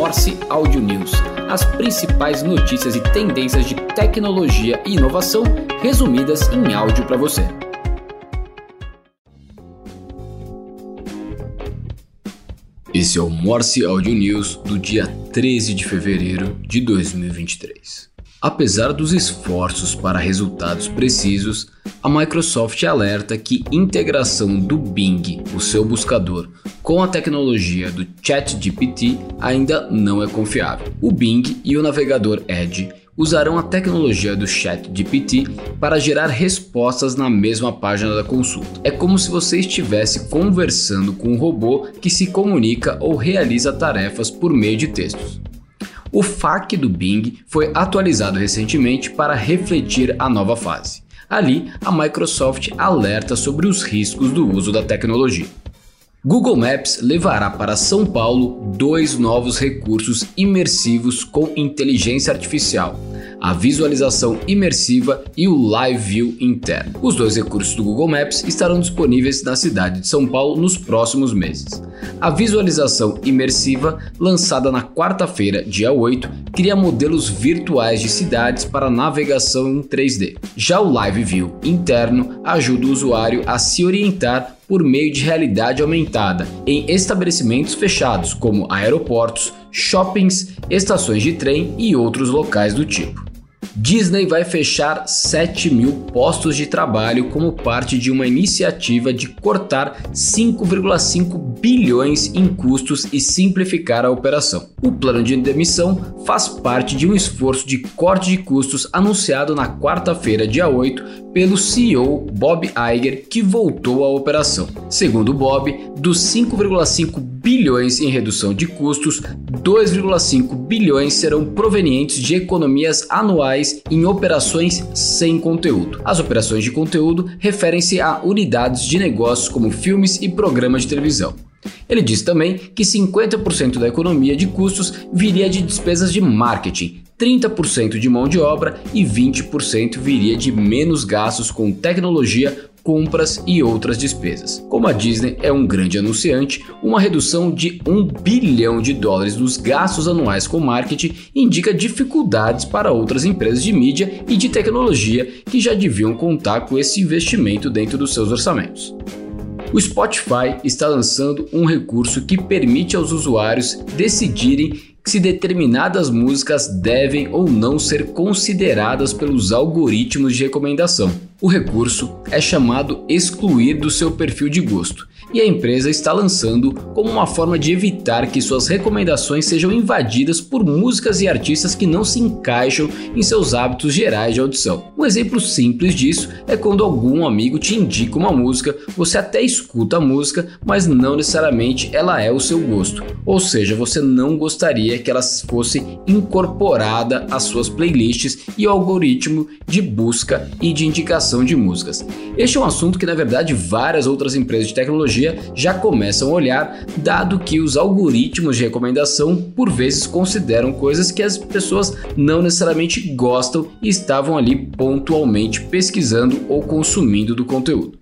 Morse Audio News, as principais notícias e tendências de tecnologia e inovação resumidas em áudio para você. Esse é o Morse Audio News do dia 13 de fevereiro de 2023. Apesar dos esforços para resultados precisos, a Microsoft alerta que integração do Bing, o seu buscador, com a tecnologia do ChatGPT ainda não é confiável. O Bing e o navegador Edge usarão a tecnologia do ChatGPT para gerar respostas na mesma página da consulta. É como se você estivesse conversando com um robô que se comunica ou realiza tarefas por meio de textos. O FAQ do Bing foi atualizado recentemente para refletir a nova fase. Ali, a Microsoft alerta sobre os riscos do uso da tecnologia. Google Maps levará para São Paulo 2 novos recursos imersivos com inteligência artificial: a visualização imersiva e o Live View interno. Os 2 recursos do Google Maps estarão disponíveis na cidade de São Paulo nos próximos meses. A visualização imersiva, lançada na quarta-feira, dia 8, cria modelos virtuais de cidades para navegação em 3D. Já o Live View interno ajuda o usuário a se orientar por meio de realidade aumentada em estabelecimentos fechados, como aeroportos, shoppings, estações de trem e outros locais do tipo. Disney vai fechar 7.000 postos de trabalho como parte de uma iniciativa de cortar 5,5 bilhões em custos e simplificar a operação. O plano de demissão faz parte de um esforço de corte de custos anunciado na quarta-feira, dia 8, pelo CEO Bob Iger, que voltou à operação. Segundo Bob, dos 5,5 bilhões em redução de custos, 2,5 bilhões serão provenientes de economias anuais em operações sem conteúdo. As operações de conteúdo referem-se a unidades de negócios como filmes e programas de televisão. Ele diz também que 50% da economia de custos viria de despesas de marketing, 30% de mão de obra e 20% viria de menos gastos com tecnologia, compras e outras despesas. Como a Disney é um grande anunciante, uma redução de $1 bilhão dos gastos anuais com marketing indica dificuldades para outras empresas de mídia e de tecnologia que já deviam contar com esse investimento dentro dos seus orçamentos. O Spotify está lançando um recurso que permite aos usuários decidirem se determinadas músicas devem ou não ser consideradas pelos algoritmos de recomendação. O recurso é chamado excluir do seu perfil de gosto, e a empresa está lançando como uma forma de evitar que suas recomendações sejam invadidas por músicas e artistas que não se encaixam em seus hábitos gerais de audição. Um exemplo simples disso é quando algum amigo te indica uma música, você até escuta a música, mas não necessariamente ela é o seu gosto, ou seja, você não gostaria que ela fosse incorporada às suas playlists e ao algoritmo de busca e de indicação de músicas. Este é um assunto que, na verdade, várias outras empresas de tecnologia já começam a olhar, dado que os algoritmos de recomendação por vezes consideram coisas que as pessoas não necessariamente gostam e estavam ali pontualmente pesquisando ou consumindo do conteúdo.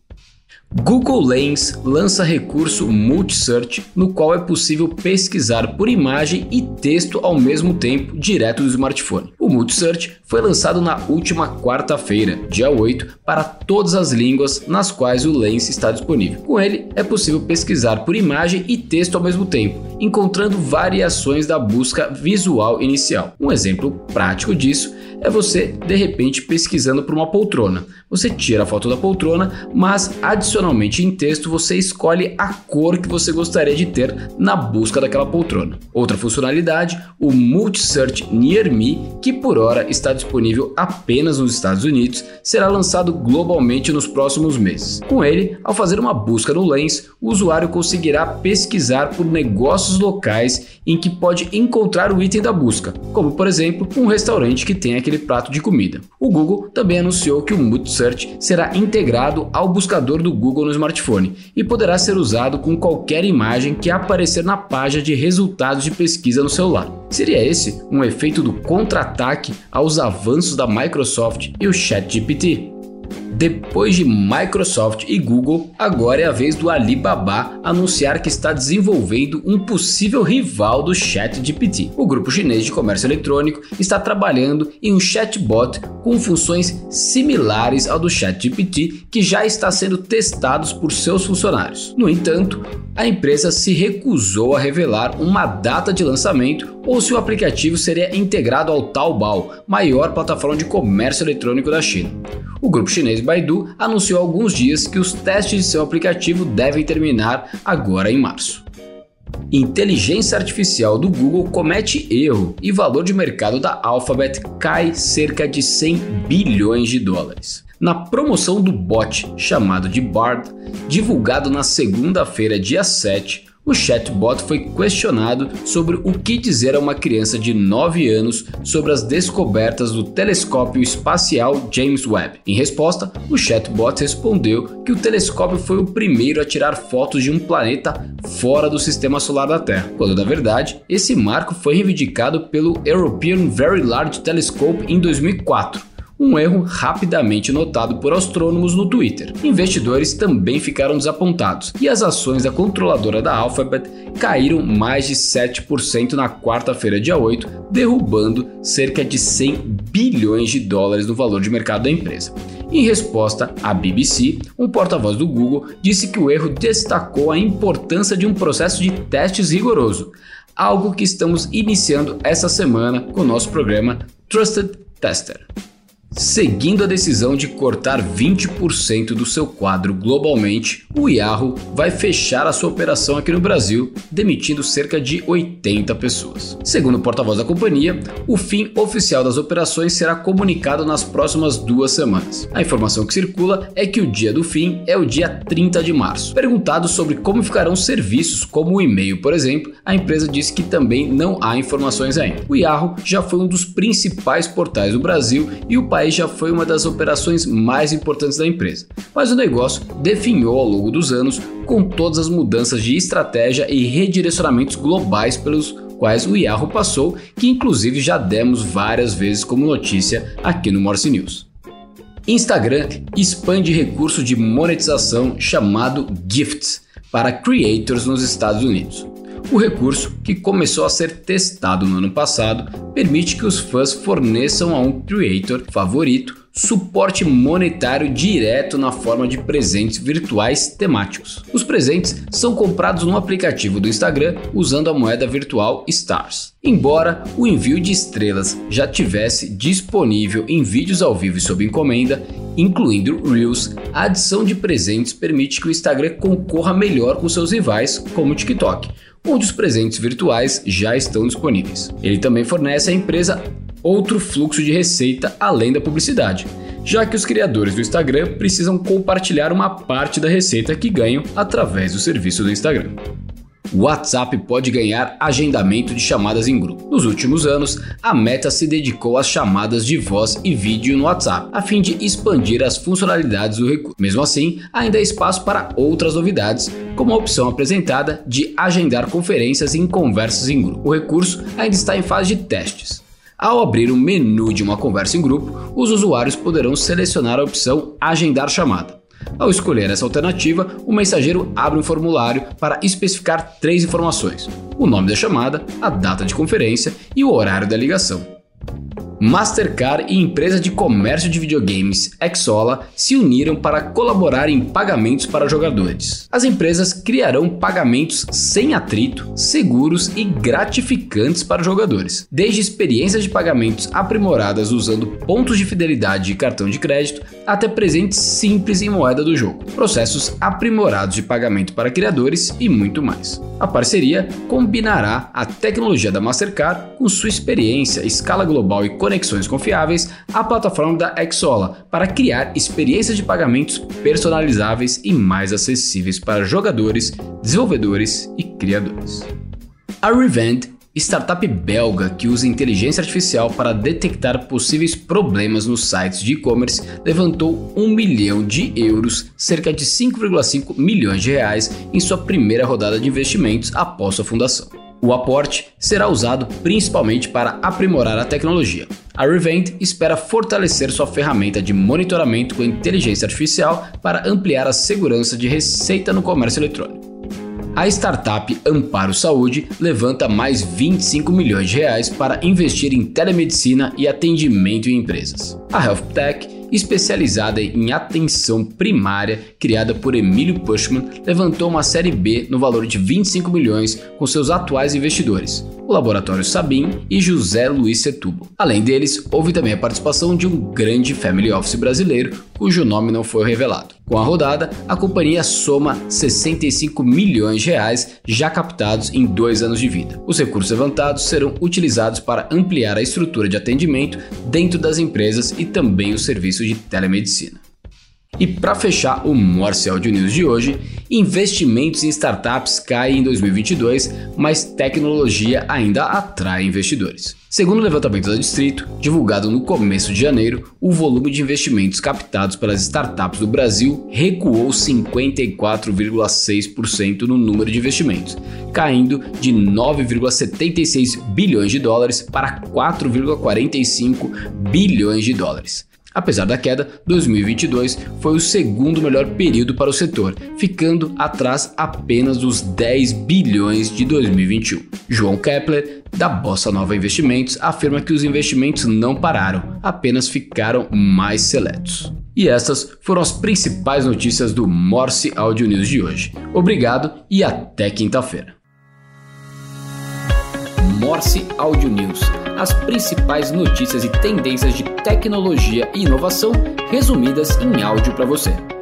Google Lens lança recurso Multisearch, no qual é possível pesquisar por imagem e texto ao mesmo tempo direto do smartphone. O Multisearch foi lançado na última quarta-feira, dia 8, para todas as línguas nas quais o Lens está disponível. Com ele, é possível pesquisar por imagem e texto ao mesmo tempo, encontrando variações da busca visual inicial. Um exemplo prático disso é você, de repente, pesquisando por uma poltrona. Você tira a foto da poltrona, mas adicionalmente em texto você escolhe a cor que você gostaria de ter na busca daquela poltrona. Outra funcionalidade, o Multisearch Near Me, que por hora está disponível apenas nos Estados Unidos, será lançado globalmente nos próximos meses. Com ele, ao fazer uma busca no Lens, o usuário conseguirá pesquisar por negócios locais em que pode encontrar o item da busca, como por exemplo, um restaurante que tem aquele prato de comida. O Google também anunciou que o Multisearch será integrado ao buscador do Google no smartphone e poderá ser usado com qualquer imagem que aparecer na página de resultados de pesquisa no celular. Seria esse um efeito do contra-ataque aos avanços da Microsoft e o ChatGPT? Depois de Microsoft e Google, agora é a vez do Alibaba anunciar que está desenvolvendo um possível rival do ChatGPT. O grupo chinês de comércio eletrônico está trabalhando em um chatbot com funções similares ao do ChatGPT que já está sendo testado por seus funcionários. No entanto, a empresa se recusou a revelar uma data de lançamento ou se o aplicativo seria integrado ao Taobao, maior plataforma de comércio eletrônico da China. O grupo chinês Baidu anunciou há alguns dias que os testes de seu aplicativo devem terminar agora em março. Inteligência artificial do Google comete erro e valor de mercado da Alphabet cai cerca de 100 bilhões de dólares. Na promoção do bot chamado de Bard, divulgado na segunda-feira, dia 7, o chatbot foi questionado sobre o que dizer a uma criança de 9 anos sobre as descobertas do telescópio espacial James Webb. Em resposta, o chatbot respondeu que o telescópio foi o primeiro a tirar fotos de um planeta fora do sistema solar da Terra, quando na verdade esse marco foi reivindicado pelo European Very Large Telescope em 2004. Um erro rapidamente notado por astrônomos no Twitter. Investidores também ficaram desapontados e as ações da controladora da Alphabet caíram mais de 7% na quarta-feira, dia 8, derrubando cerca de 100 bilhões de dólares no valor de mercado da empresa. Em resposta à BBC, um porta-voz do Google disse que o erro destacou a importância de um processo de testes rigoroso, algo que estamos iniciando essa semana com o nosso programa Trusted Tester. Seguindo a decisão de cortar 20% do seu quadro globalmente, o Yahoo vai fechar a sua operação aqui no Brasil, demitindo cerca de 80 pessoas. Segundo o porta-voz da companhia, o fim oficial das operações será comunicado nas próximas 2 semanas. A informação que circula é que o dia do fim é o dia 30 de março. Perguntado sobre como ficarão serviços como o e-mail, por exemplo, a empresa disse que também não há informações ainda. O Yahoo já foi um dos principais portais do Brasil e o país já foi uma das operações mais importantes da empresa, mas o negócio definhou ao longo dos anos com todas as mudanças de estratégia e redirecionamentos globais pelos quais o Yahoo passou, que inclusive já demos várias vezes como notícia aqui no Morse News. Instagram expande recurso de monetização chamado Gifts para creators nos Estados Unidos. O recurso, que começou a ser testado no ano passado, permite que os fãs forneçam a um creator favorito suporte monetário direto na forma de presentes virtuais temáticos. Os presentes são comprados no aplicativo do Instagram usando a moeda virtual Stars. Embora o envio de estrelas já tivesse disponível em vídeos ao vivo e sob encomenda, incluindo Reels, a adição de presentes permite que o Instagram concorra melhor com seus rivais, como o TikTok, onde os presentes virtuais já estão disponíveis. Ele também fornece à empresa outro fluxo de receita além da publicidade, já que os criadores do Instagram precisam compartilhar uma parte da receita que ganham através do serviço do Instagram. O WhatsApp pode ganhar agendamento de chamadas em grupo. Nos últimos anos, a Meta se dedicou às chamadas de voz e vídeo no WhatsApp, a fim de expandir as funcionalidades do recurso. Mesmo assim, ainda há espaço para outras novidades, como a opção apresentada de agendar conferências em conversas em grupo. O recurso ainda está em fase de testes. Ao abrir o menu de uma conversa em grupo, os usuários poderão selecionar a opção Agendar chamada. Ao escolher essa alternativa, o mensageiro abre um formulário para especificar 3 informações: o nome da chamada, a data de conferência e o horário da ligação. Mastercard e empresa de comércio de videogames Xsolla se uniram para colaborar em pagamentos para jogadores. As empresas criarão pagamentos sem atrito, seguros e gratificantes para jogadores, desde experiências de pagamentos aprimoradas usando pontos de fidelidade e cartão de crédito, até presentes simples em moeda do jogo, processos aprimorados de pagamento para criadores e muito mais. A parceria combinará a tecnologia da Mastercard com sua experiência, escala global e conexões confiáveis à plataforma da Xsolla para criar experiências de pagamentos personalizáveis e mais acessíveis para jogadores, desenvolvedores e criadores. A Revend, startup belga que usa inteligência artificial para detectar possíveis problemas nos sites de e-commerce, levantou 1 milhão de euros, cerca de 5,5 milhões de reais, em sua primeira rodada de investimentos após sua fundação. O aporte será usado principalmente para aprimorar a tecnologia. A Revent espera fortalecer sua ferramenta de monitoramento com inteligência artificial para ampliar a segurança de receita no comércio eletrônico. A startup Amparo Saúde levanta mais 25 milhões de reais para investir em telemedicina e atendimento em empresas. A Health Tech, especializada em atenção primária, criada por Emílio Puschmann, levantou uma série B no valor de 25 milhões com seus atuais investidores, o Laboratório Sabin e José Luiz Setúbal. Além deles, houve também a participação de um grande family office brasileiro, cujo nome não foi revelado. Com a rodada, a companhia soma 65 milhões de reais já captados em 2 anos de vida. Os recursos levantados serão utilizados para ampliar a estrutura de atendimento dentro das empresas e também o serviço de telemedicina. E para fechar o Morse Audio News de hoje, investimentos em startups caem em 2022, mas tecnologia ainda atrai investidores. Segundo o levantamento da Distrito, divulgado no começo de janeiro, o volume de investimentos captados pelas startups do Brasil recuou 54,6% no número de investimentos, caindo de 9,76 bilhões de dólares para 4,45 bilhões de dólares. Apesar da queda, 2022 foi o segundo melhor período para o setor, ficando atrás apenas dos 10 bilhões de 2021. João Kepler, da Bossa Nova Investimentos, afirma que os investimentos não pararam, apenas ficaram mais seletos. E essas foram as principais notícias do Morse Audio News de hoje. Obrigado e até quinta-feira. Morse Audio News. As principais notícias e tendências de tecnologia e inovação resumidas em áudio para você.